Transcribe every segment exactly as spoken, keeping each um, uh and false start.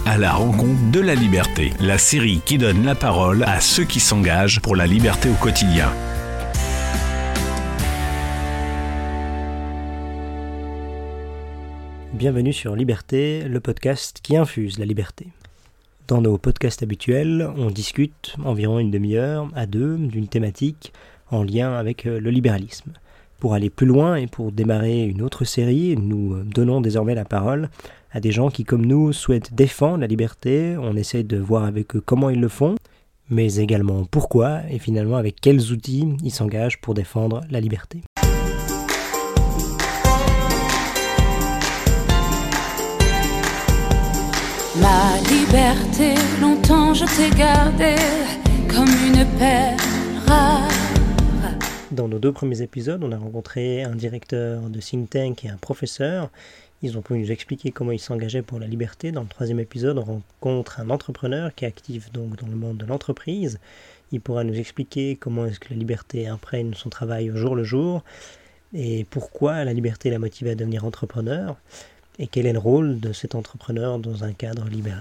à la rencontre de la liberté, la série qui donne la parole à ceux qui s'engagent pour la liberté au quotidien. Bienvenue sur Liberté, le podcast qui infuse la liberté. Dans nos podcasts habituels, on discute environ une demi-heure à deux d'une thématique en lien avec le libéralisme. Pour aller plus loin et pour démarrer une autre série, nous donnons désormais la parole à des gens qui, comme nous, souhaitent défendre la liberté. On essaie de voir avec eux comment ils le font, mais également pourquoi et finalement avec quels outils ils s'engagent pour défendre la liberté. Ma liberté, longtemps je t'ai gardée comme une perle rare. Dans nos deux premiers épisodes, on a rencontré un directeur de think tank et un professeur. Ils ont pu nous expliquer comment ils s'engageaient pour la liberté. Dans le troisième épisode, on rencontre un entrepreneur qui est actif donc dans le monde de l'entreprise. Il pourra nous expliquer comment est-ce que la liberté imprègne son travail au jour le jour et pourquoi la liberté l'a motivé à devenir entrepreneur et quel est le rôle de cet entrepreneur dans un cadre libéral.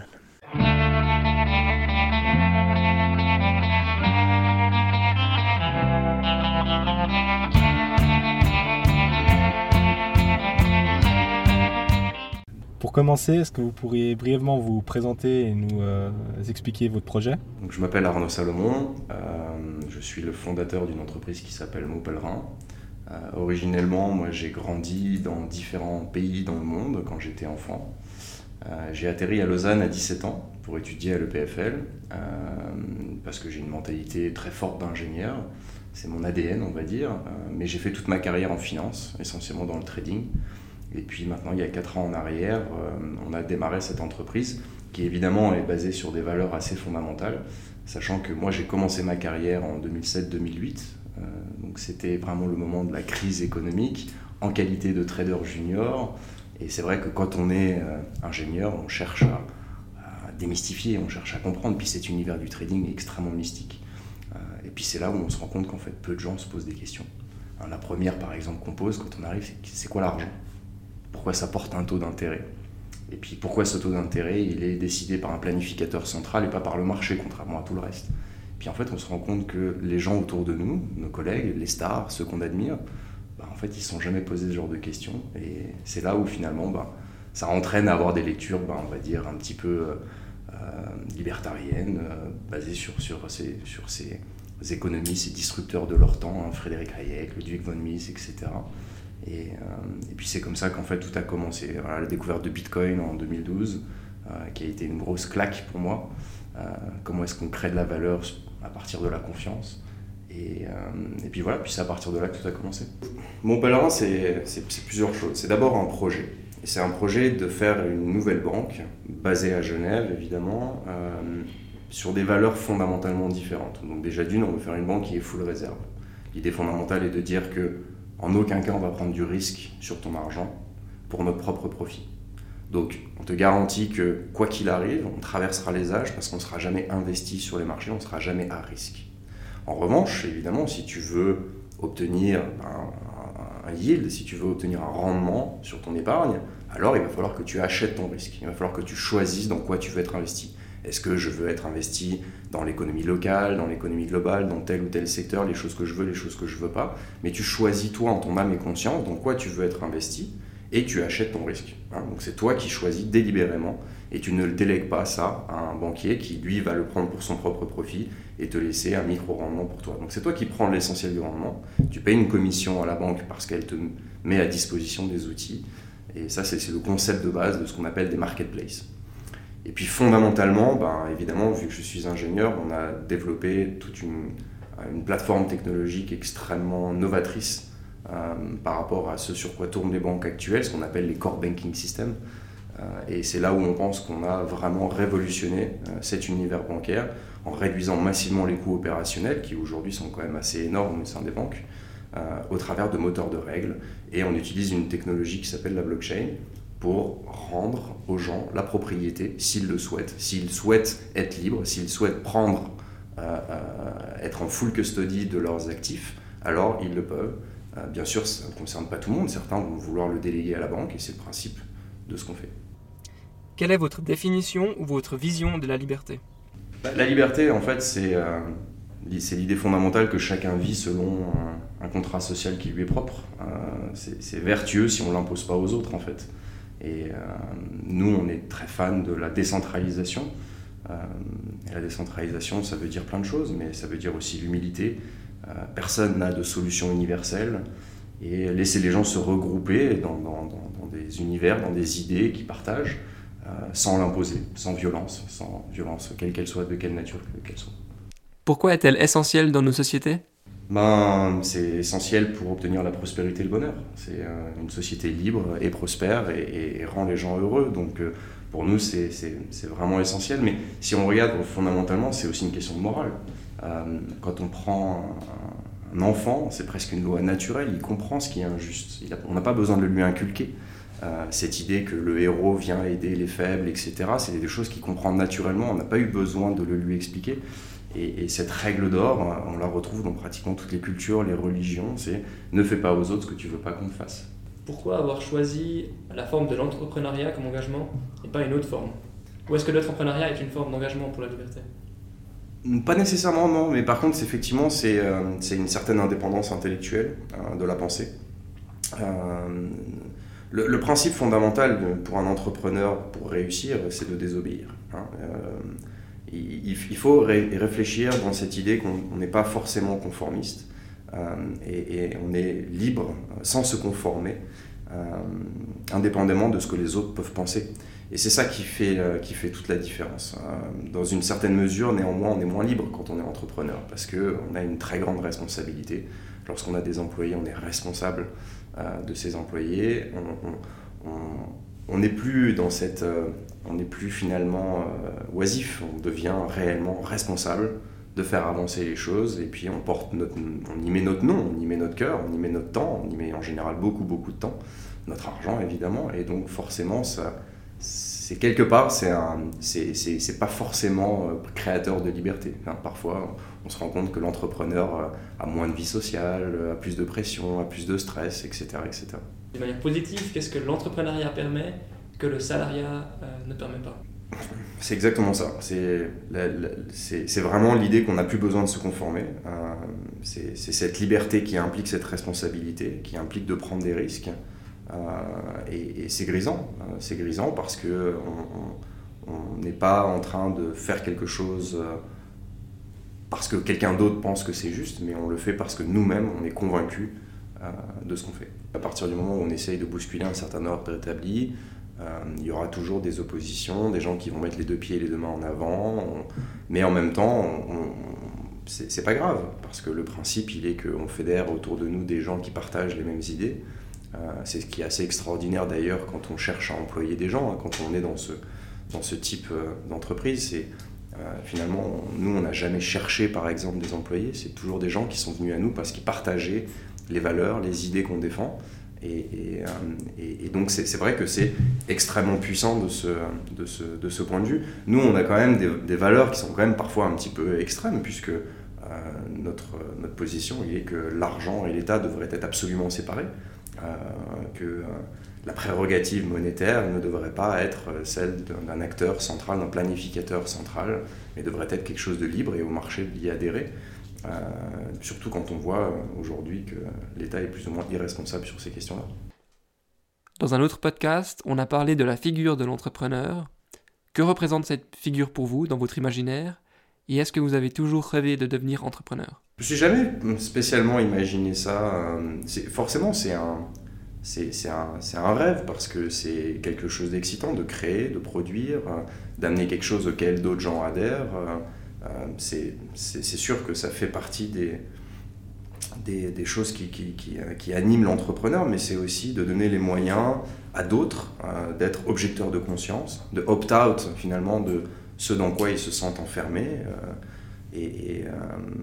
Pour commencer, est-ce que vous pourriez brièvement vous présenter et nous euh, expliquer votre projet ? Donc, je m'appelle Arnaud Salomon, euh, je suis le fondateur d'une entreprise qui s'appelle Mot Pèlerin. Euh, originellement, moi j'ai grandi dans différents pays dans le monde quand j'étais enfant. Euh, j'ai atterri à Lausanne à dix-sept ans pour étudier à l'E P F L euh, parce que j'ai une mentalité très forte d'ingénieur. C'est mon A D N, on va dire, euh, mais j'ai fait toute ma carrière en finance, essentiellement dans le trading. Et puis maintenant, il y a quatre ans en arrière, euh, on a démarré cette entreprise qui évidemment est basée sur des valeurs assez fondamentales, sachant que moi j'ai commencé ma carrière en deux mille sept deux mille huit, euh, donc c'était vraiment le moment de la crise économique en qualité de trader junior. Et c'est vrai que quand on est euh, ingénieur, on cherche à, à démystifier, on cherche à comprendre, puis cet univers du trading est extrêmement mystique. Euh, et puis c'est là où on se rend compte qu'en fait peu de gens se posent des questions. Alors, la première par exemple qu'on pose quand on arrive, c'est c'est quoi l'argent ? Pourquoi ça porte un taux d'intérêt ? Et puis pourquoi ce taux d'intérêt il est décidé par un planificateur central et pas par le marché, contrairement à tout le reste ? Puis en fait on se rend compte que les gens autour de nous, nos collègues, les stars, ceux qu'on admire, bah, en fait ils ne se sont jamais posé ce genre de questions. Et c'est là où finalement bah, ça entraîne à avoir des lectures, bah, on va dire, un petit peu euh, libertariennes, euh, basées sur, sur, ces, sur ces économistes, ces disrupteurs de leur temps, hein, Frédéric Hayek, Ludwig von Mises, et cetera. Et, euh, et puis c'est comme ça qu'en fait tout a commencé. Voilà, la découverte de Bitcoin en deux mille douze, euh, qui a été une grosse claque pour moi. Euh, comment est-ce qu'on crée de la valeur à partir de la confiance ? Et, euh, et puis voilà, puis c'est à partir de là que tout a commencé. Mon pèlerin, c'est, c'est, c'est plusieurs choses. C'est d'abord un projet. Et c'est un projet de faire une nouvelle banque, basée à Genève évidemment, euh, sur des valeurs fondamentalement différentes. Donc déjà d'une, on veut faire une banque qui est full réserve. L'idée fondamentale est de dire que en aucun cas, on va prendre du risque sur ton argent pour notre propre profit. Donc, on te garantit que, quoi qu'il arrive, on traversera les âges parce qu'on ne sera jamais investi sur les marchés, on ne sera jamais à risque. En revanche, évidemment, si tu veux obtenir un, un, un yield, si tu veux obtenir un rendement sur ton épargne, alors il va falloir que tu achètes ton risque. Il va falloir que tu choisisses dans quoi tu veux être investi. Est-ce que je veux être investi dans l'économie locale, dans l'économie globale, dans tel ou tel secteur, les choses que je veux, les choses que je ne veux pas. Mais tu choisis toi en ton âme et conscience dans quoi tu veux être investi et tu achètes ton risque. Hein, donc c'est toi qui choisis délibérément et tu ne le délègues pas ça à un banquier qui lui va le prendre pour son propre profit et te laisser un micro-rendement pour toi. Donc c'est toi qui prends l'essentiel du rendement. Tu payes une commission à la banque parce qu'elle te met à disposition des outils. Et ça c'est, c'est le concept de base de ce qu'on appelle des marketplaces. Et puis fondamentalement, ben, évidemment, vu que je suis ingénieur, on a développé toute une, une plateforme technologique extrêmement novatrice euh, par rapport à ce sur quoi tournent les banques actuelles, ce qu'on appelle les core banking systems. Euh, et c'est là où on pense qu'on a vraiment révolutionné euh, cet univers bancaire en réduisant massivement les coûts opérationnels, qui aujourd'hui sont quand même assez énormes au sein des banques, euh, au travers de moteurs de règles. Et on utilise une technologie qui s'appelle la blockchain, pour rendre aux gens la propriété, s'ils le souhaitent, s'ils souhaitent être libres, s'ils souhaitent prendre, euh, euh, être en full custody de leurs actifs, alors ils le peuvent. Euh, bien sûr, ça ne concerne pas tout le monde, certains vont vouloir le déléguer à la banque, et c'est le principe de ce qu'on fait. Quelle est votre définition ou votre vision de la liberté ? La liberté, en fait, c'est, euh, c'est l'idée fondamentale que chacun vit selon un, un contrat social qui lui est propre. Euh, c'est, c'est vertueux si on ne l'impose pas aux autres, en fait. Et euh, nous, on est très fans de la décentralisation. Euh, et la décentralisation, ça veut dire plein de choses, mais ça veut dire aussi l'humilité. Euh, personne n'a de solution universelle. Et laisser les gens se regrouper dans, dans, dans, dans des univers, dans des idées qu'ils partagent, euh, sans l'imposer, sans violence, sans violence, quelle qu'elle soit, de quelle nature qu'elle soit. Pourquoi est-elle essentielle dans nos sociétés ? Ben, c'est essentiel pour obtenir la prospérité et le bonheur. C'est euh, une société libre et prospère et, et, et rend les gens heureux. Donc euh, pour nous, c'est, c'est, c'est vraiment essentiel. Mais si on regarde fondamentalement, c'est aussi une question de morale. Euh, quand on prend un, un enfant, c'est presque une loi naturelle. Il comprend ce qui est injuste. Il a, on n'a pas besoin de le lui inculquer. Euh, cette idée que le héros vient aider les faibles, et cetera, c'est des choses qu'il comprend naturellement. On n'a pas eu besoin de le lui expliquer. Et, et cette règle d'or, on la retrouve dans pratiquement toutes les cultures, les religions, c'est « ne fais pas aux autres ce que tu ne veux pas qu'on te fasse ». Pourquoi avoir choisi la forme de l'entrepreneuriat comme engagement et pas une autre forme ? Ou est-ce que l'entrepreneuriat est une forme d'engagement pour la liberté ? Pas nécessairement, non, mais par contre, effectivement, c'est, euh, c'est une certaine indépendance intellectuelle euh, de la pensée. Euh, le, le principe fondamental pour un entrepreneur, pour réussir, c'est de désobéir. Hein. Euh, il, il faut ré, réfléchir dans cette idée qu'on n'est pas forcément conformiste euh, et, et on est libre sans se conformer, euh, indépendamment de ce que les autres peuvent penser. Et c'est ça qui fait, euh, qui fait toute la différence. Euh, dans une certaine mesure, néanmoins, on est moins libre quand on est entrepreneur parce qu'on a une très grande responsabilité. Lorsqu'on a des employés, on est responsable euh, de ces employés. On, on, on, on n'est plus dans cette, euh, on n'est plus finalement euh, oisif. On devient réellement responsable de faire avancer les choses. Et puis on porte notre, on y met notre nom, on y met notre cœur, on y met notre temps, on y met en général beaucoup beaucoup de temps, notre argent évidemment. Et donc forcément ça c'est quelque part, c'est, un, c'est, c'est, c'est pas forcément créateur de liberté. Hein, parfois, on se rend compte que l'entrepreneur a moins de vie sociale, a plus de pression, a plus de stress, et cetera, et cetera. De manière positive, qu'est-ce que l'entrepreneuriat permet que le salariat euh, ne permet pas ? C'est exactement ça. C'est, la, la, c'est, c'est vraiment l'idée qu'on n'a plus besoin de se conformer. Euh, c'est, c'est cette liberté qui implique cette responsabilité, qui implique de prendre des risques. Euh, et, et c'est grisant, euh, c'est grisant parce que on n'est pas en train de faire quelque chose euh, parce que quelqu'un d'autre pense que c'est juste, mais on le fait parce que nous-mêmes on est convaincus euh, de ce qu'on fait. À partir du moment où on essaye de bousculer un certain ordre établi, euh, il y aura toujours des oppositions, des gens qui vont mettre les deux pieds et les deux mains en avant, on, mais en même temps on, on, c'est, c'est pas grave parce que le principe il est qu'on fédère autour de nous des gens qui partagent les mêmes idées. Euh, c'est ce qui est assez extraordinaire d'ailleurs quand on cherche à employer des gens, hein, quand on est dans ce, dans ce type euh, d'entreprise. C'est, euh, finalement, on, nous, on n'a jamais cherché par exemple des employés, c'est toujours des gens qui sont venus à nous parce qu'ils partageaient les valeurs, les idées qu'on défend. Et, et, euh, et, et donc c'est, c'est vrai que c'est extrêmement puissant de ce, de, ce, de ce point de vue. Nous, on a quand même des, des valeurs qui sont quand même parfois un petit peu extrêmes puisque euh, notre, notre position il est que l'argent et l'État devraient être absolument séparés. Euh, que euh, la prérogative monétaire ne devrait pas être celle d'un acteur central, d'un planificateur central, mais devrait être quelque chose de libre et au marché d'y adhérer. Euh, surtout quand on voit aujourd'hui que l'État est plus ou moins irresponsable sur ces questions-là. Dans un autre podcast, on a parlé de la figure de l'entrepreneur. Que représente cette figure pour vous dans votre imaginaire ? Et est-ce que vous avez toujours rêvé de devenir entrepreneur ? Je ne me suis jamais spécialement imaginé ça. C'est, forcément, c'est un, c'est, c'est, un, c'est un rêve parce que c'est quelque chose d'excitant de créer, de produire, d'amener quelque chose auquel d'autres gens adhèrent. C'est, c'est, c'est sûr que ça fait partie des, des, des choses qui, qui, qui, qui animent l'entrepreneur, mais c'est aussi de donner les moyens à d'autres d'être objecteurs de conscience, de opt-out finalement de ce dans quoi ils se sentent enfermés. Et, et euh,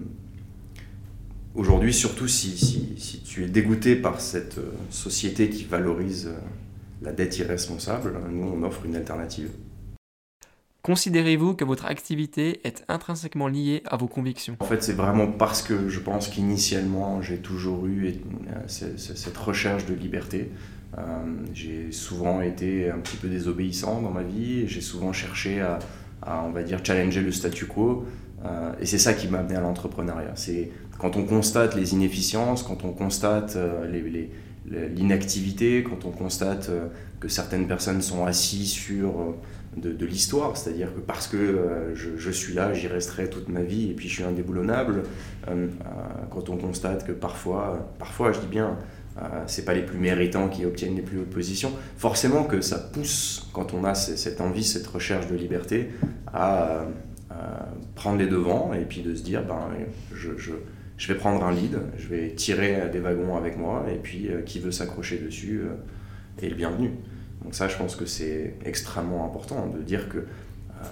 aujourd'hui, surtout si, si, si tu es dégoûté par cette société qui valorise la dette irresponsable, nous on offre une alternative. Considérez-vous que votre activité est intrinsèquement liée à vos convictions ? En fait, c'est vraiment parce que je pense qu'initialement j'ai toujours eu cette recherche de liberté. Euh, j'ai souvent été un petit peu désobéissant dans ma vie, et j'ai souvent cherché à, à, on va dire, challenger le statu quo. Euh, et c'est ça qui m'a amené à l'entrepreneuriat. C'est quand on constate les inefficiences, quand on constate euh, les, les, l'inactivité, quand on constate euh, que certaines personnes sont assises sur euh, de, de l'histoire, c'est-à-dire que parce que euh, je, je suis là, j'y resterai toute ma vie et puis je suis indéboulonnable, euh, euh, quand on constate que parfois, parfois je dis bien, euh, c'est pas les plus méritants qui obtiennent les plus hautes positions, forcément que ça pousse, quand on a cette envie, cette recherche de liberté, à euh, prendre les devants et puis de se dire ben, je, je, je vais prendre un lead, je vais tirer des wagons avec moi et puis euh, qui veut s'accrocher dessus euh, est le bienvenu. Donc ça, je pense que c'est extrêmement important de dire que euh,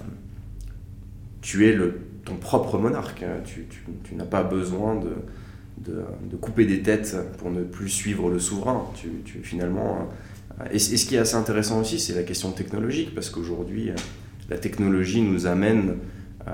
tu es le, ton propre monarque, tu, tu, tu n'as pas besoin de, de, de couper des têtes pour ne plus suivre le souverain. Tu, tu, finalement, euh, et, et ce qui est assez intéressant aussi, c'est la question technologique, parce qu'aujourd'hui, euh, la technologie nous amène À,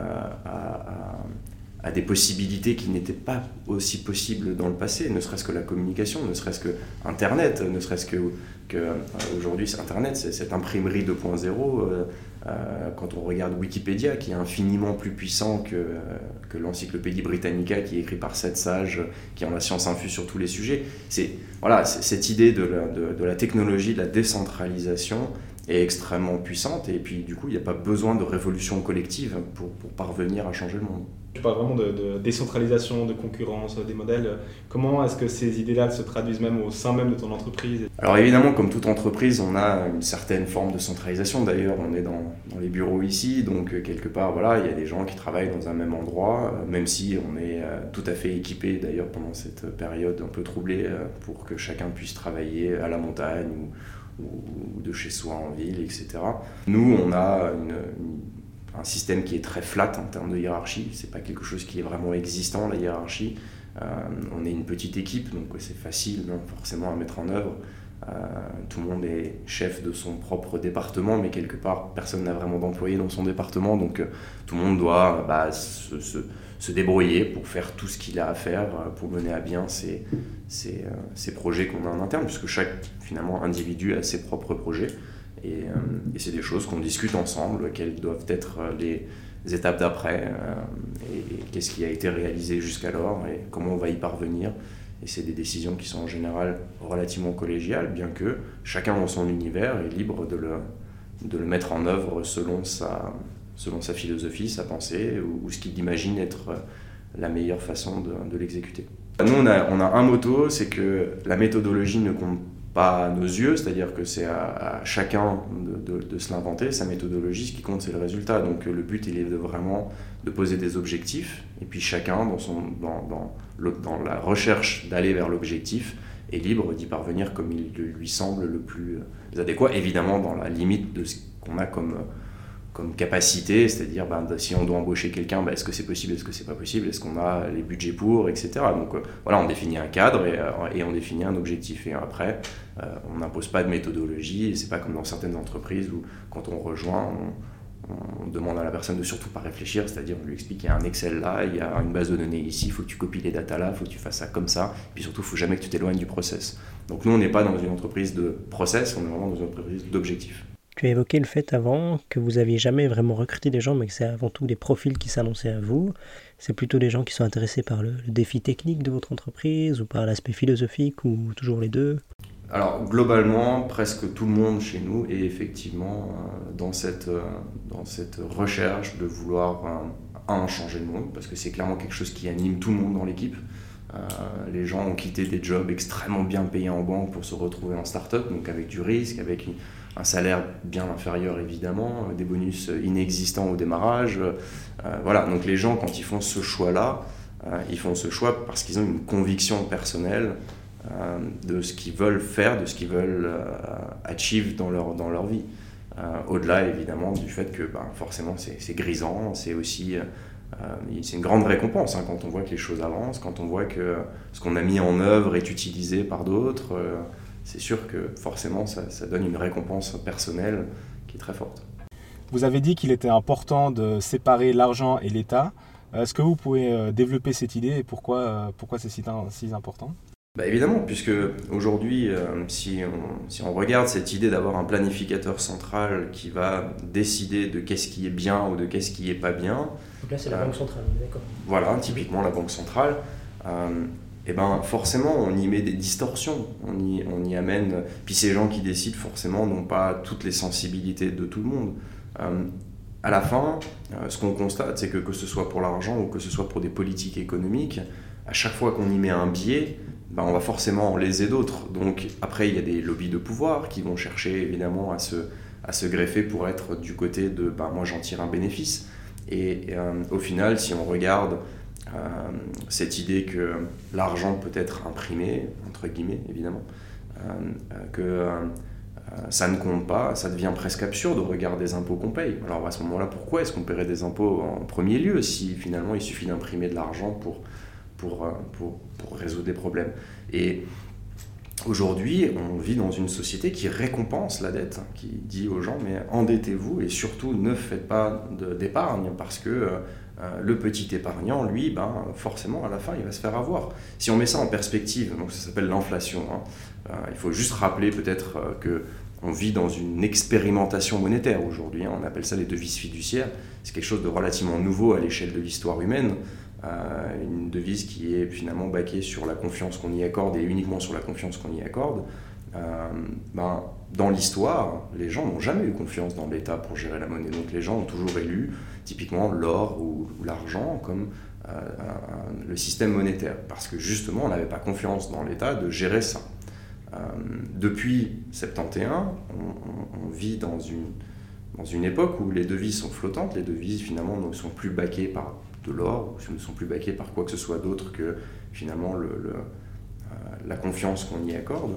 à, à des possibilités qui n'étaient pas aussi possibles dans le passé, ne serait-ce que la communication, ne serait-ce que Internet, ne serait-ce que, que euh, aujourd'hui c'est Internet, c'est cette imprimerie deux point zéro, euh, euh, quand on regarde Wikipédia qui est infiniment plus puissant que, euh, que l'encyclopédie Britannica qui est écrite par sept sages qui ont la science infuse sur tous les sujets, c'est, voilà, c'est, cette idée de la, de, de la technologie, de la décentralisation est extrêmement puissante et puis du coup il n'y a pas besoin de révolution collective pour, pour parvenir à changer le monde. Tu parles vraiment de, de décentralisation, de concurrence, des modèles. Comment est-ce que ces idées-là se traduisent même au sein même de ton entreprise ? Alors évidemment, comme toute entreprise, on a une certaine forme de centralisation. D'ailleurs, on est dans, dans les bureaux ici, donc quelque part, voilà, il y a des gens qui travaillent dans un même endroit, même si on est tout à fait équipé d'ailleurs pendant cette période un peu troublée pour que chacun puisse travailler à la montagne ou, ou de chez soi en ville, et cetera. Nous, on a une, une un système qui est très flat en termes de hiérarchie, c'est pas quelque chose qui est vraiment existant, la hiérarchie. Euh, on est une petite équipe, donc c'est facile non, forcément à mettre en œuvre. Euh, tout le monde est chef de son propre département, mais quelque part, personne n'a vraiment d'employé dans son département, donc euh, tout le monde doit bah, se, se, se débrouiller pour faire tout ce qu'il a à faire, pour mener à bien ses, ses, euh, ses projets qu'on a en interne, puisque chaque finalement, individu a ses propres projets. Et, euh, et c'est des choses qu'on discute ensemble, quelles doivent être les étapes d'après, euh, et, et qu'est-ce qui a été réalisé jusqu'alors, et comment on va y parvenir. Et c'est des décisions qui sont en général relativement collégiales, bien que chacun dans son univers est libre de le, de le mettre en œuvre selon sa, selon sa philosophie, sa pensée, ou, ou ce qu'il imagine être la meilleure façon de, de l'exécuter. Nous, on a, on a un motto, c'est que la méthodologie ne compte pas à nos yeux, c'est-à-dire que c'est à, à chacun de, de, de se l'inventer, sa méthodologie, ce qui compte c'est le résultat. Donc le but il est de vraiment de poser des objectifs, et puis chacun dans, son, dans, dans, le, dans la recherche d'aller vers l'objectif est libre d'y parvenir comme il lui semble le plus adéquat, évidemment dans la limite de ce qu'on a comme, comme capacité, c'est-à-dire ben, si on doit embaucher quelqu'un, ben, est-ce que c'est possible, est-ce que c'est pas possible, est-ce qu'on a les budgets pour, et cetera. Donc euh, voilà, on définit un cadre et, euh, et on définit un objectif. Et après, euh, on n'impose pas de méthodologie, et c'est pas comme dans certaines entreprises où quand on rejoint, on, on demande à la personne de surtout pas réfléchir, c'est-à-dire on lui explique qu'il y a un Excel là, il y a une base de données ici, il faut que tu copies les datas là, il faut que tu fasses ça comme ça, et puis surtout, il faut jamais que tu t'éloignes du process. Donc nous, on n'est pas dans une entreprise de process, on est vraiment dans une entreprise d'objectifs. Tu as évoqué le fait avant que vous n'aviez jamais vraiment recruté des gens, mais que c'est avant tout des profils qui s'annonçaient à vous. C'est plutôt des gens qui sont intéressés par le, le défi technique de votre entreprise ou par l'aspect philosophique ou toujours les deux ? Alors globalement, presque tout le monde chez nous est effectivement euh, dans, cette, euh, dans cette recherche de vouloir euh, un, changer le monde, parce que c'est clairement quelque chose qui anime tout le monde dans l'équipe. Euh, les gens ont quitté des jobs extrêmement bien payés en banque pour se retrouver en start-up, donc avec du risque, avec une, un salaire bien inférieur évidemment, des bonus inexistants au démarrage. Euh, voilà, donc les gens quand ils font ce choix-là, euh, ils font ce choix parce qu'ils ont une conviction personnelle euh, de ce qu'ils veulent faire, de ce qu'ils veulent euh, achieve dans leur, dans leur vie. Euh, au-delà évidemment du fait que ben, forcément c'est, c'est grisant, c'est aussi... Euh, c'est une grande récompense hein, quand on voit que les choses avancent, quand on voit que ce qu'on a mis en œuvre est utilisé par d'autres. Euh, c'est sûr que forcément ça, ça donne une récompense personnelle qui est très forte. Vous avez dit qu'il était important de séparer l'argent et l'État. Est-ce que vous pouvez développer cette idée et pourquoi, pourquoi c'est si, si important ? Bah évidemment, puisque aujourd'hui, euh, si, on, si on regarde cette idée d'avoir un planificateur central qui va décider de qu'est-ce qui est bien ou de qu'est-ce qui est pas bien. Donc là, c'est la euh, Banque centrale, d'accord. Voilà, typiquement la Banque centrale. Euh, et ben forcément, on y met des distorsions. On y, on y amène. Puis ces gens qui décident, forcément, n'ont pas toutes les sensibilités de tout le monde. Euh, à la fin, euh, ce qu'on constate, c'est que que ce soit pour l'argent ou que ce soit pour des politiques économiques, à chaque fois qu'on y met un biais, ben on va forcément en léser d'autres. Donc après, il y a des lobbies de pouvoir qui vont chercher évidemment à se, à se greffer pour être du côté de ben, moi j'en tire un bénéfice. Et euh, au final, si on regarde euh, cette idée que l'argent peut être imprimé, entre guillemets évidemment, euh, que euh, ça ne compte pas, ça devient presque absurde au regard des impôts qu'on paye. Alors à ce moment-là, pourquoi est-ce qu'on paierait des impôts en premier lieu si finalement il suffit d'imprimer de l'argent pour Pour, pour, pour résoudre des problèmes. Et aujourd'hui, on vit dans une société qui récompense la dette, qui dit aux gens, mais endettez-vous et surtout ne faites pas de, d'épargne parce que euh, le petit épargnant, lui, ben, forcément, à la fin, il va se faire avoir. Si on met ça en perspective, donc ça s'appelle l'inflation, hein, euh, il faut juste rappeler peut-être euh, que on vit dans une expérimentation monétaire aujourd'hui, hein, on appelle ça les devises fiduciaires, c'est quelque chose de relativement nouveau à l'échelle de l'histoire humaine. Euh, une devise qui est finalement baquée sur la confiance qu'on y accorde et uniquement sur la confiance qu'on y accorde. Euh, ben, dans l'histoire, les gens n'ont jamais eu confiance dans l'État pour gérer la monnaie. Donc les gens ont toujours élu typiquement l'or ou, ou l'argent comme euh, un, le système monétaire parce que justement on n'avait pas confiance dans l'État de gérer ça. Euh, depuis soixante et onze, on, on, on vit dans une, dans une époque où les devises sont flottantes, les devises finalement ne sont plus baquées par de l'or, ou ne sont plus baqués par quoi que ce soit d'autre que finalement le, le, euh, la confiance qu'on y accorde.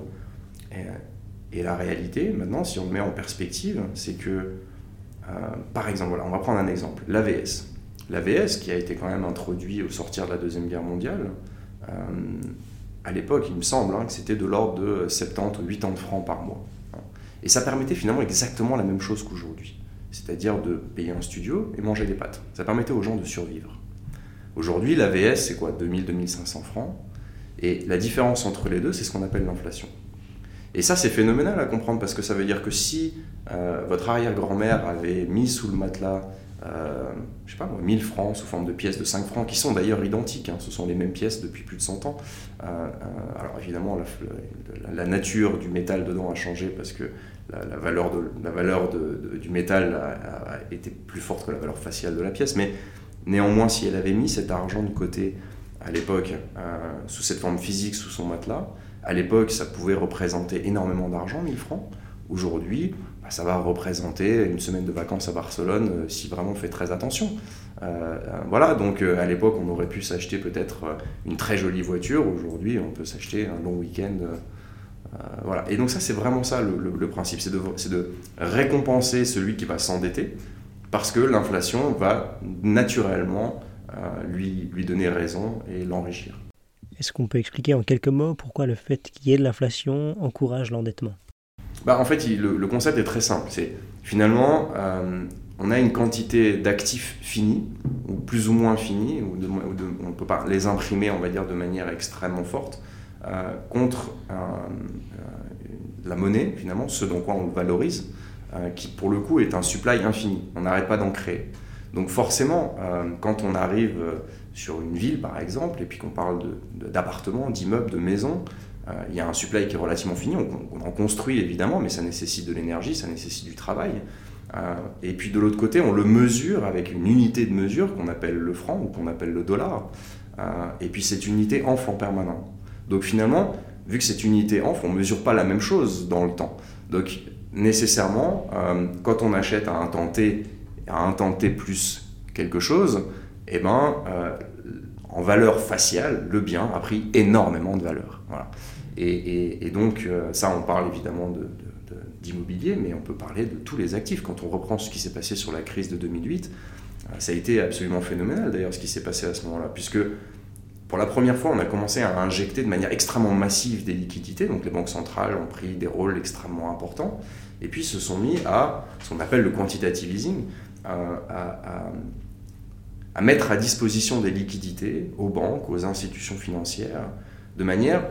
Et, et la réalité, maintenant, si on le met en perspective, c'est que, euh, par exemple, voilà, on va prendre un exemple, l'A V S. L'A V S, qui a été quand même introduit au sortir de la Deuxième Guerre mondiale, euh, à l'époque, il me semble hein, que c'était de l'ordre de soixante-dix ou quatre-vingts francs par mois. Et ça permettait finalement exactement la même chose qu'aujourd'hui. C'est-à-dire de payer un studio et manger des pâtes. Ça permettait aux gens de survivre. Aujourd'hui, l'A V S, c'est quoi ? deux mille à deux mille cinq cents francs. Et la différence entre les deux, c'est ce qu'on appelle l'inflation. Et ça, c'est phénoménal à comprendre parce que ça veut dire que si euh, votre arrière-grand-mère avait mis sous le matelas, euh, je sais pas moi, mille francs sous forme de pièces de cinq francs, qui sont d'ailleurs identiques, hein, ce sont les mêmes pièces depuis plus de cent ans. Euh, euh, alors évidemment, la, la, la nature du métal dedans a changé parce que La, la valeur, de, la valeur de, de, du métal a, a été plus forte que la valeur faciale de la pièce, mais néanmoins, si elle avait mis cet argent de côté à l'époque, euh, sous cette forme physique, sous son matelas, à l'époque, ça pouvait représenter énormément d'argent, mille francs. Aujourd'hui, bah, ça va représenter une semaine de vacances à Barcelone, euh, si vraiment on fait très attention. Euh, euh, voilà, donc euh, à l'époque, on aurait pu s'acheter peut-être euh, une très jolie voiture. Aujourd'hui, on peut s'acheter un long week-end. Euh, Euh, voilà. Et donc ça, c'est vraiment ça le, le, le principe, c'est de, c'est de récompenser celui qui va s'endetter parce que l'inflation va naturellement euh, lui, lui donner raison et l'enrichir. Est-ce qu'on peut expliquer en quelques mots pourquoi le fait qu'il y ait de l'inflation encourage l'endettement ? Bah, en fait, il, le, le concept est très simple. C'est, finalement, euh, on a une quantité d'actifs finis, ou plus ou moins finis, ou de, ou de, on ne peut pas les imprimer, on va dire, de manière extrêmement forte, Euh, contre euh, euh, la monnaie, finalement, ce dont quoi on le valorise, euh, qui pour le coup est un supply infini. On n'arrête pas d'en créer. Donc forcément, euh, quand on arrive sur une ville, par exemple, et puis qu'on parle de, de, d'appartements, d'immeubles, de maisons, euh, il y a un supply qui est relativement fini. On, on en construit évidemment, mais ça nécessite de l'énergie, ça nécessite du travail. Euh, et puis de l'autre côté, on le mesure avec une unité de mesure qu'on appelle le franc ou qu'on appelle le dollar. Euh, et puis cette unité enfle en permanence. Donc finalement, vu que cette unité enfle, on ne mesure pas la même chose dans le temps. Donc nécessairement, euh, quand on achète à un temps T, à un temps T plus quelque chose, eh ben, euh, en valeur faciale, le bien a pris énormément de valeur. Voilà. Et, et, et donc euh, ça, on parle évidemment de, de, de, d'immobilier, mais on peut parler de tous les actifs. Quand on reprend ce qui s'est passé sur la crise de deux mille huit, euh, ça a été absolument phénoménal d'ailleurs ce qui s'est passé à ce moment-là, puisque pour la première fois, on a commencé à injecter de manière extrêmement massive des liquidités, donc les banques centrales ont pris des rôles extrêmement importants, et puis se sont mis à ce qu'on appelle le quantitative easing, à, à, à mettre à disposition des liquidités aux banques, aux institutions financières, de manière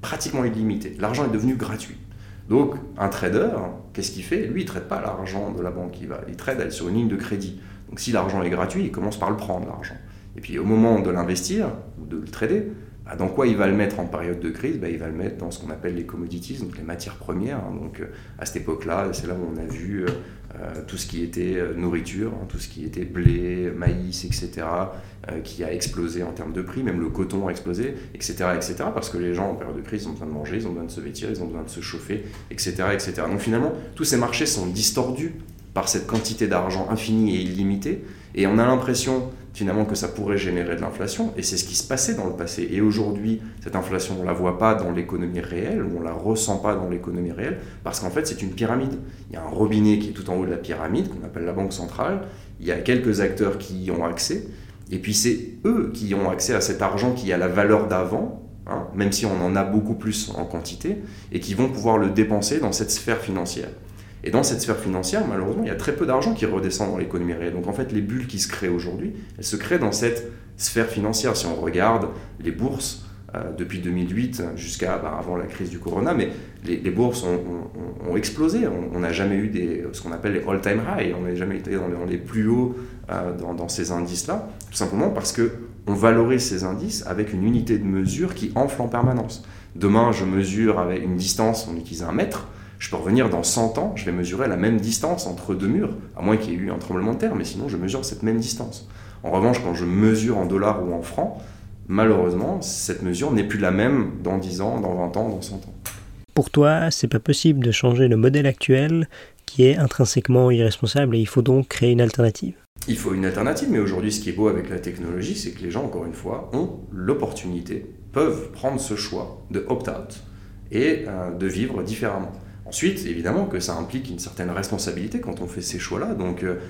pratiquement illimité. L'argent est devenu gratuit. Donc, un trader, qu'est-ce qu'il fait? Lui, il ne trade pas l'argent de la banque, il, va, il trade sur une ligne de crédit. Donc, si l'argent est gratuit, il commence par le prendre, l'argent. Et puis, au moment de l'investir, ou de le trader, bah, dans quoi il va le mettre en période de crise? Bah, il va le mettre dans ce qu'on appelle les commodities, donc les matières premières. Hein. Donc, euh, à cette époque-là, c'est là où on a vu euh, tout ce qui était euh, nourriture, hein, tout ce qui était blé, maïs, et cetera, euh, qui a explosé en termes de prix, même le coton a explosé, et cetera, et cetera, parce que les gens, en période de crise, ils ont besoin de manger, ils ont besoin de se vêtir, ils ont besoin de se chauffer, et cetera, et cetera. Donc, finalement, tous ces marchés sont distordus par cette quantité d'argent infinie et illimitée, et on a l'impression finalement que ça pourrait générer de l'inflation, et c'est ce qui se passait dans le passé. Et aujourd'hui, cette inflation, on ne la voit pas dans l'économie réelle, ou on ne la ressent pas dans l'économie réelle, parce qu'en fait, c'est une pyramide. Il y a un robinet qui est tout en haut de la pyramide, qu'on appelle la banque centrale, il y a quelques acteurs qui y ont accès, et puis c'est eux qui ont accès à cet argent qui a la valeur d'avant, hein, même si on en a beaucoup plus en quantité, et qui vont pouvoir le dépenser dans cette sphère financière. Et dans cette sphère financière, malheureusement, il y a très peu d'argent qui redescend dans l'économie réelle. Donc en fait, les bulles qui se créent aujourd'hui, elles se créent dans cette sphère financière. Si on regarde les bourses, euh, depuis deux mille huit jusqu'à bah, avant la crise du corona, mais les, les bourses ont, ont, ont explosé. On n'a jamais eu des, ce qu'on appelle les all-time high. On n'a jamais été dans les, dans les plus hauts euh, dans, dans ces indices-là, tout simplement parce qu'on valorise ces indices avec une unité de mesure qui enfle en permanence. Demain, je mesure avec une distance, on utilise un mètre. Je peux revenir dans cent ans, je vais mesurer la même distance entre deux murs, à moins qu'il y ait eu un tremblement de terre, mais sinon je mesure cette même distance. En revanche, quand je mesure en dollars ou en francs, malheureusement, cette mesure n'est plus la même dans dix ans, dans vingt ans, dans cent ans. Pour toi, c'est pas possible de changer le modèle actuel qui est intrinsèquement irresponsable et il faut donc créer une alternative. Il faut une alternative, mais aujourd'hui, ce qui est beau avec la technologie, c'est que les gens, encore une fois, ont l'opportunité, peuvent prendre ce choix de opt-out et euh, de vivre différemment. Ensuite, évidemment que ça implique une certaine responsabilité quand on fait ces choix-là, donc euh,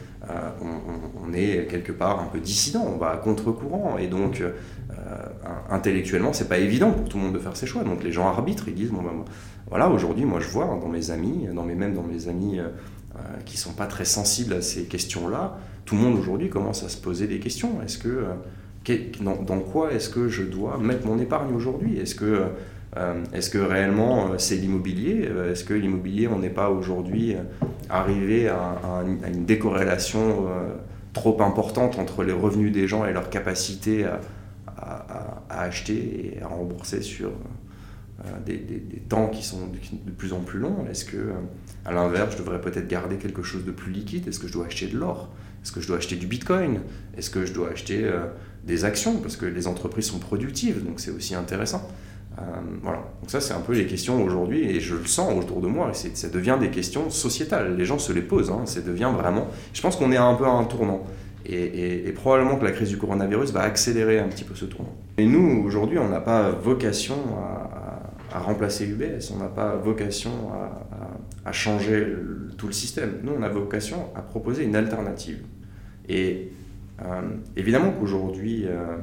on, on est quelque part un peu dissident, on va à contre-courant, et donc euh, intellectuellement, c'est pas évident pour tout le monde de faire ces choix, donc les gens arbitrent, ils disent, bon ben voilà, aujourd'hui, moi je vois dans mes amis, dans mes, même dans mes amis euh, qui sont pas très sensibles à ces questions-là, tout le monde aujourd'hui commence à se poser des questions, est-ce que, euh, dans, dans quoi est-ce que je dois mettre mon épargne aujourd'hui? Est-ce que euh, Euh, est-ce que réellement euh, c'est l'immobilier? Est-ce que l'immobilier, on n'est pas aujourd'hui arrivé à, à, à une décorrélation euh, trop importante entre les revenus des gens et leur capacité à, à, à acheter et à rembourser sur euh, des, des, des temps qui sont de plus en plus longs? Est-ce que, à l'inverse, je devrais peut-être garder quelque chose de plus liquide? Est-ce que je dois acheter de l'or? Est-ce que je dois acheter du bitcoin? Est-ce que je dois acheter euh, des actions? Parce que les entreprises sont productives, donc c'est aussi intéressant. Euh, voilà, donc ça c'est un peu les questions aujourd'hui et je le sens autour de moi et c'est, ça devient des questions sociétales, les gens se les posent, hein, ça devient vraiment, je pense qu'on est un peu à un tournant et, et, et probablement que la crise du coronavirus va accélérer un petit peu ce tournant. Et nous aujourd'hui on n'a pas vocation à, à, à remplacer U B S, on n'a pas vocation à, à, à changer le, tout le système, nous on a vocation à proposer une alternative et euh, évidemment qu'aujourd'hui euh,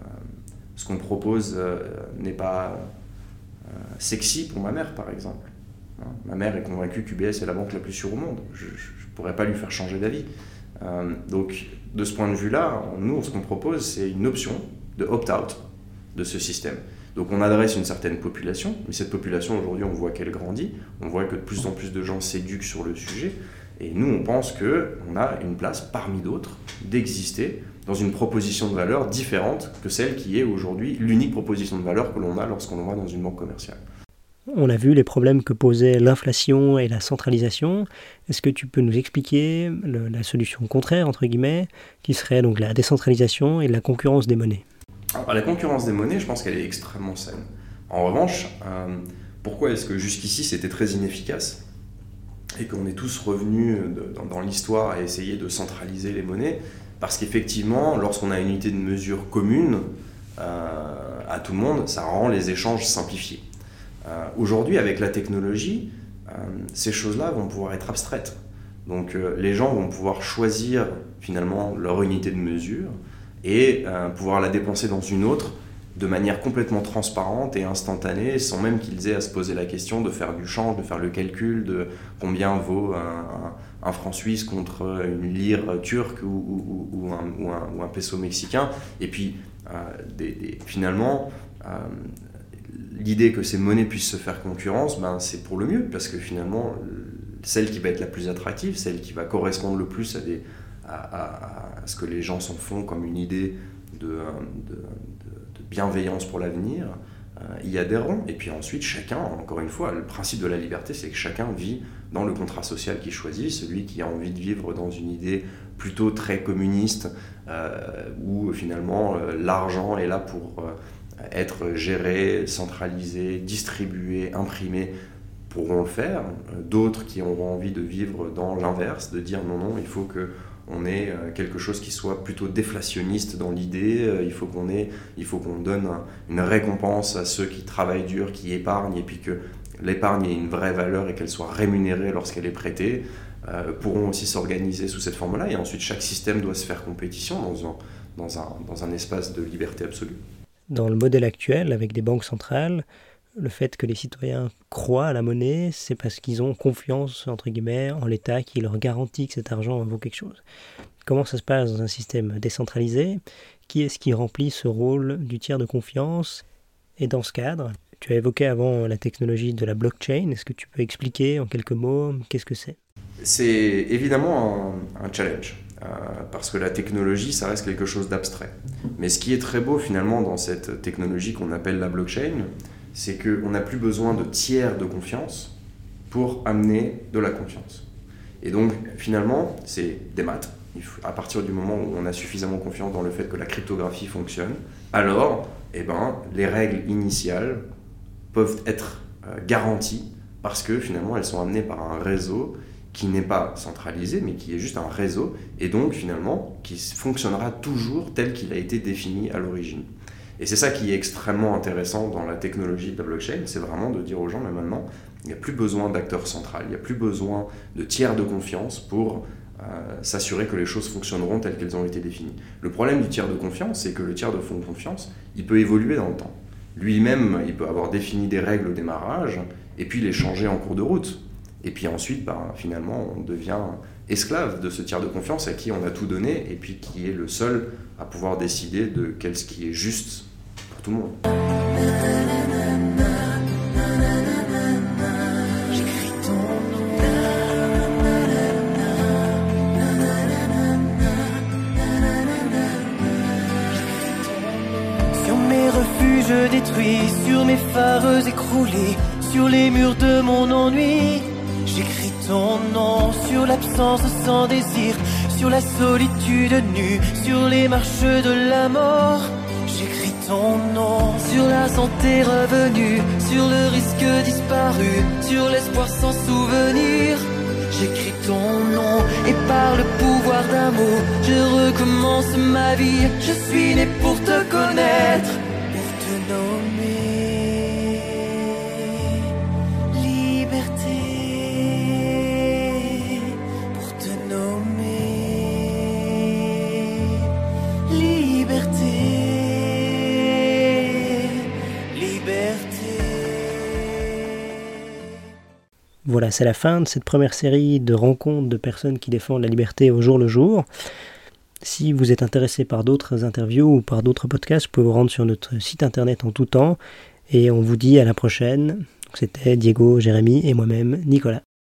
ce qu'on propose euh, n'est pas euh, sexy pour ma mère, par exemple. Hein, ma mère est convaincue qu'U B S est la banque la plus sûre au monde. Je ne pourrais pas lui faire changer d'avis. Euh, donc, de ce point de vue-là, nous, ce qu'on propose, c'est une option de opt-out de ce système. Donc, on adresse une certaine population, mais cette population, aujourd'hui, on voit qu'elle grandit. On voit que de plus en plus de gens s'éduquent sur le sujet. Et nous, on pense qu'on a une place, parmi d'autres, d'exister dans une proposition de valeur différente que celle qui est aujourd'hui l'unique proposition de valeur que l'on a lorsqu'on va dans une banque commerciale. On a vu les problèmes que posaient l'inflation et la centralisation. Est-ce que tu peux nous expliquer le, la solution contraire, entre guillemets, qui serait donc la décentralisation et la concurrence des monnaies? Alors, la concurrence des monnaies, je pense qu'elle est extrêmement saine. En revanche, euh, pourquoi est-ce que jusqu'ici c'était très inefficace et qu'on est tous revenus de, dans, dans l'histoire à essayer de centraliser les monnaies? Parce qu'effectivement, lorsqu'on a une unité de mesure commune euh, à tout le monde, ça rend les échanges simplifiés. Euh, aujourd'hui, avec la technologie, euh, ces choses-là vont pouvoir être abstraites. Donc euh, les gens vont pouvoir choisir finalement leur unité de mesure et euh, pouvoir la dépenser dans une autre de manière complètement transparente et instantanée, sans même qu'ils aient à se poser la question de faire du change, de faire le calcul de combien vaut un, un, un franc suisse contre une lire turque ou, ou, ou, un, ou, un, ou un peso mexicain. Et puis, euh, des, des, finalement, euh, l'idée que ces monnaies puissent se faire concurrence, ben, c'est pour le mieux, parce que finalement, celle qui va être la plus attractive, celle qui va correspondre le plus à, des, à, à, à ce que les gens s'en font comme une idée de, de, de, de bienveillance pour l'avenir, euh, y adhéreront. Et puis ensuite, chacun, encore une fois, le principe de la liberté, c'est que chacun vit dans le contrat social qu'il choisit, celui qui a envie de vivre dans une idée plutôt très communiste, euh, où finalement euh, l'argent est là pour euh, être géré, centralisé, distribué, imprimé, pourront le faire. D'autres qui auront envie de vivre dans l'inverse, de dire non, non, il faut qu'on ait quelque chose qui soit plutôt déflationniste dans l'idée, il faut qu'on ait, il faut qu'on donne une récompense à ceux qui travaillent dur, qui épargnent, et puis que l'épargne ait une vraie valeur et qu'elle soit rémunérée lorsqu'elle est prêtée, euh, pourront aussi s'organiser sous cette forme-là. Et ensuite, chaque système doit se faire compétition dans un, dans un, dans un espace de liberté absolue. Dans le modèle actuel, avec des banques centrales, le fait que les citoyens croient à la monnaie, c'est parce qu'ils ont confiance, entre guillemets, en l'État qui leur garantit que cet argent vaut quelque chose. Comment ça se passe dans un système décentralisé? Qui est-ce qui remplit ce rôle du tiers de confiance? Et dans ce cadre, tu as évoqué avant la technologie de la blockchain. Est-ce que tu peux expliquer en quelques mots qu'est-ce que c'est? C'est évidemment un, un challenge. Euh, parce que la technologie, ça reste quelque chose d'abstrait. Mais ce qui est très beau finalement dans cette technologie qu'on appelle la blockchain, c'est qu'on n'a plus besoin de tiers de confiance pour amener de la confiance. Et donc finalement, c'est des maths. Il faut, à partir du moment où on a suffisamment confiance dans le fait que la cryptographie fonctionne, alors eh ben, les règles initiales peuvent être euh, garanties parce que finalement elles sont amenées par un réseau qui n'est pas centralisé, mais qui est juste un réseau, et donc finalement qui fonctionnera toujours tel qu'il a été défini à l'origine. Et c'est ça qui est extrêmement intéressant dans la technologie de la blockchain, c'est vraiment de dire aux gens, mais maintenant, il n'y a plus besoin d'acteurs centrales, il n'y a plus besoin de tiers de confiance pour euh, s'assurer que les choses fonctionneront telles qu'elles ont été définies. Le problème du tiers de confiance, c'est que le tiers de confiance, il peut évoluer dans le temps. Lui-même, il peut avoir défini des règles au démarrage, et puis les changer en cours de route. Et puis ensuite, ben, finalement, on devient esclave de ce tiers de confiance à qui on a tout donné et puis qui est le seul à pouvoir décider de quel ce qui est juste pour tout le monde. J'écris ton nom. Sur mes refuges détruits, sur mes phares écroulés, sur les murs de mon ennui, j'écris ton nom. Sur l'absence sans désir, sur la solitude nue, sur les marches de la mort, j'écris ton nom. Sur la santé revenue, sur le risque disparu, sur l'espoir sans souvenir, j'écris ton nom. Et par le pouvoir d'un mot, je recommence ma vie. Je suis né pour te connaître, pour te nommer. Voilà, c'est la fin de cette première série de rencontres de personnes qui défendent la liberté au jour le jour. Si vous êtes intéressé par d'autres interviews ou par d'autres podcasts, vous pouvez vous rendre sur notre site internet en tout temps. Et on vous dit à la prochaine. C'était Diego, Jérémy et moi-même, Nicolas.